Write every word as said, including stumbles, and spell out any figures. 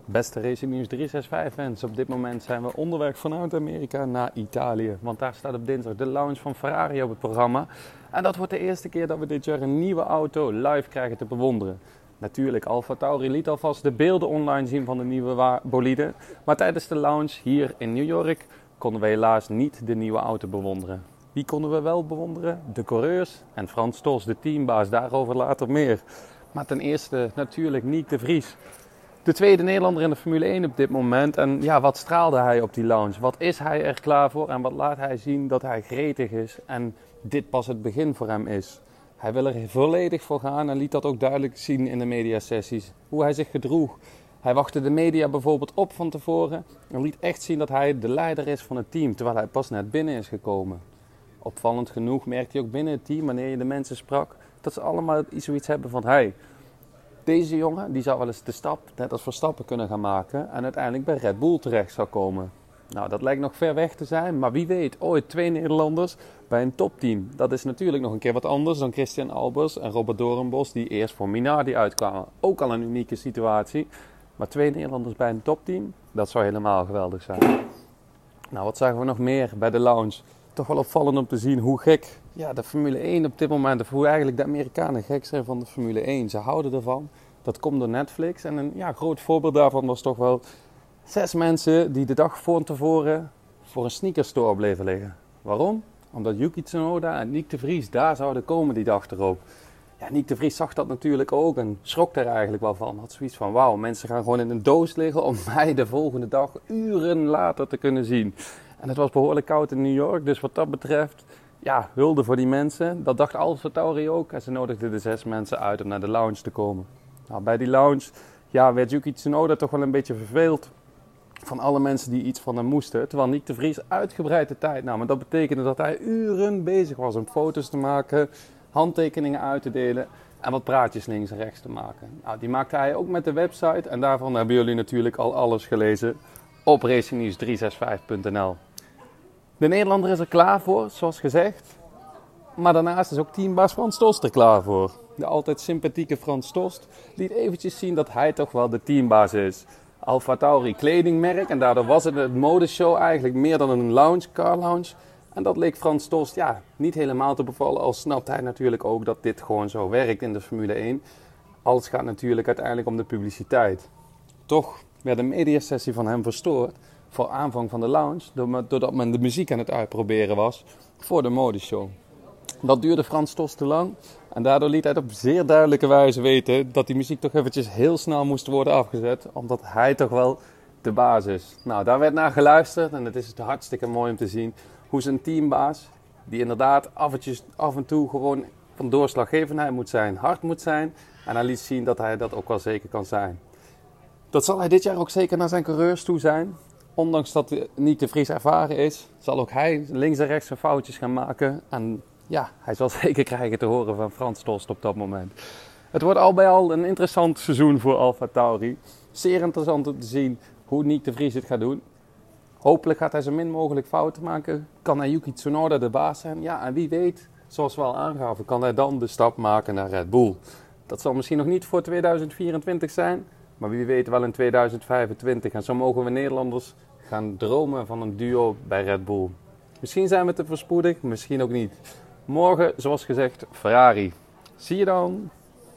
Beste Racing News driehonderdzesenzestig fans, op dit moment zijn we onderweg vanuit Amerika naar Italië. Want daar staat op dinsdag de launch van Ferrari op het programma. En dat wordt de eerste keer dat we dit jaar een nieuwe auto live krijgen te bewonderen. Natuurlijk, AlphaTauri liet alvast de beelden online zien van de nieuwe bolide. Maar tijdens de launch hier in New York konden we helaas niet de nieuwe auto bewonderen. Wie konden we wel bewonderen? De coureurs en Frans Tost, de teambaas, daarover later meer. Maar ten eerste natuurlijk Nick de Vries. De tweede Nederlander in de Formule één op dit moment. En ja, wat straalde hij op die launch? Wat is hij er klaar voor? En wat laat hij zien dat hij gretig is en dit pas het begin voor hem is? Hij wil er volledig voor gaan en liet dat ook duidelijk zien in de mediasessies. Hoe hij zich gedroeg. Hij wachtte de media bijvoorbeeld op van tevoren en liet echt zien dat hij de leider is van het team, terwijl hij pas net binnen is gekomen. Opvallend genoeg merkte hij ook binnen het team, wanneer je de mensen sprak, dat ze allemaal zoiets hebben van hey, deze jongen die zou wel eens de stap, net als Verstappen, kunnen gaan maken en uiteindelijk bij Red Bull terecht zou komen. Nou, dat lijkt nog ver weg te zijn, maar wie weet, ooit twee Nederlanders bij een topteam. Dat is natuurlijk nog een keer wat anders dan Christian Albers en Robert Doornbos, die eerst voor Minardi uitkwamen. Ook al een unieke situatie, maar twee Nederlanders bij een topteam, dat zou helemaal geweldig zijn. Nou, wat zagen we nog meer bij de launch? Toch wel opvallend om te zien hoe gek ja, de Formule één op dit moment, of hoe eigenlijk de Amerikanen gek zijn van de Formule één. Ze houden ervan. Dat komt door Netflix. En een ja, groot voorbeeld daarvan was toch wel zes mensen die de dag van tevoren voor een sneakerstore bleven liggen. Waarom? Omdat Yuki Tsunoda en Nick de Vries daar zouden komen die dag erop. Ja, Nick de Vries zag dat natuurlijk ook en schrok er eigenlijk wel van. Had zoiets van, wauw, mensen gaan gewoon in een doos liggen om mij de volgende dag uren later te kunnen zien. En het was behoorlijk koud in New York, dus wat dat betreft, ja, hulde voor die mensen. Dat dacht AlphaTauri ook en ze nodigden de zes mensen uit om naar de lounge te komen. Nou, bij die lounge ja, werd Yuki Tsunoda toch wel een beetje verveeld van alle mensen die iets van hem moesten. Terwijl Nick de Vries uitgebreid de tijd nam. Maar dat betekende dat hij uren bezig was om foto's te maken, handtekeningen uit te delen en wat praatjes links en rechts te maken. Nou, die maakte hij ook met de website en daarvan hebben jullie natuurlijk al alles gelezen op racing news driehonderdzesenzestig punt n l. De Nederlander is er klaar voor, zoals gezegd. Maar daarnaast is ook teambaas Frans Tost er klaar voor. De altijd sympathieke Frans Tost liet eventjes zien dat hij toch wel de teambaas is. AlphaTauri kledingmerk en daardoor was het een modeshow eigenlijk meer dan een lounge, car lounge. En dat leek Frans Tost ja, niet helemaal te bevallen, al snapt hij natuurlijk ook dat dit gewoon zo werkt in de Formule één. Alles gaat natuurlijk uiteindelijk om de publiciteit. Toch werd een mediasessie van hem verstoord voor aanvang van de lounge, doordat men de muziek aan het uitproberen was voor de modeshow. Dat duurde Frans Tost te lang en daardoor liet hij op zeer duidelijke wijze weten dat die muziek toch eventjes heel snel moest worden afgezet, omdat hij toch wel de baas is. Nou, daar werd naar geluisterd en het is hartstikke mooi om te zien hoe zijn teambaas, die inderdaad af en, af en toe gewoon van doorslaggevendheid moet zijn, hard moet zijn en hij liet zien dat hij dat ook wel zeker kan zijn. Dat zal hij dit jaar ook zeker naar zijn coureurs toe zijn. Ondanks dat Nick de Vries ervaren is, zal ook hij links en rechts zijn foutjes gaan maken. En ja, hij zal zeker krijgen te horen van Frans Tost op dat moment. Het wordt al bij al een interessant seizoen voor AlphaTauri. Zeer interessant om te zien hoe Nick de Vries het gaat doen. Hopelijk gaat hij zo min mogelijk fouten maken. Kan hij Yuki Tsunoda de baas zijn? Ja, en wie weet, zoals we al aangaven, kan hij dan de stap maken naar Red Bull. Dat zal misschien nog niet voor tweeduizend vierentwintig zijn, maar wie weet wel in tweeduizend vijfentwintig. En zo mogen we Nederlanders gaan dromen van een duo bij Red Bull. Misschien zijn we te verspoedig, misschien ook niet. Morgen, zoals gezegd, Ferrari. Zie je dan!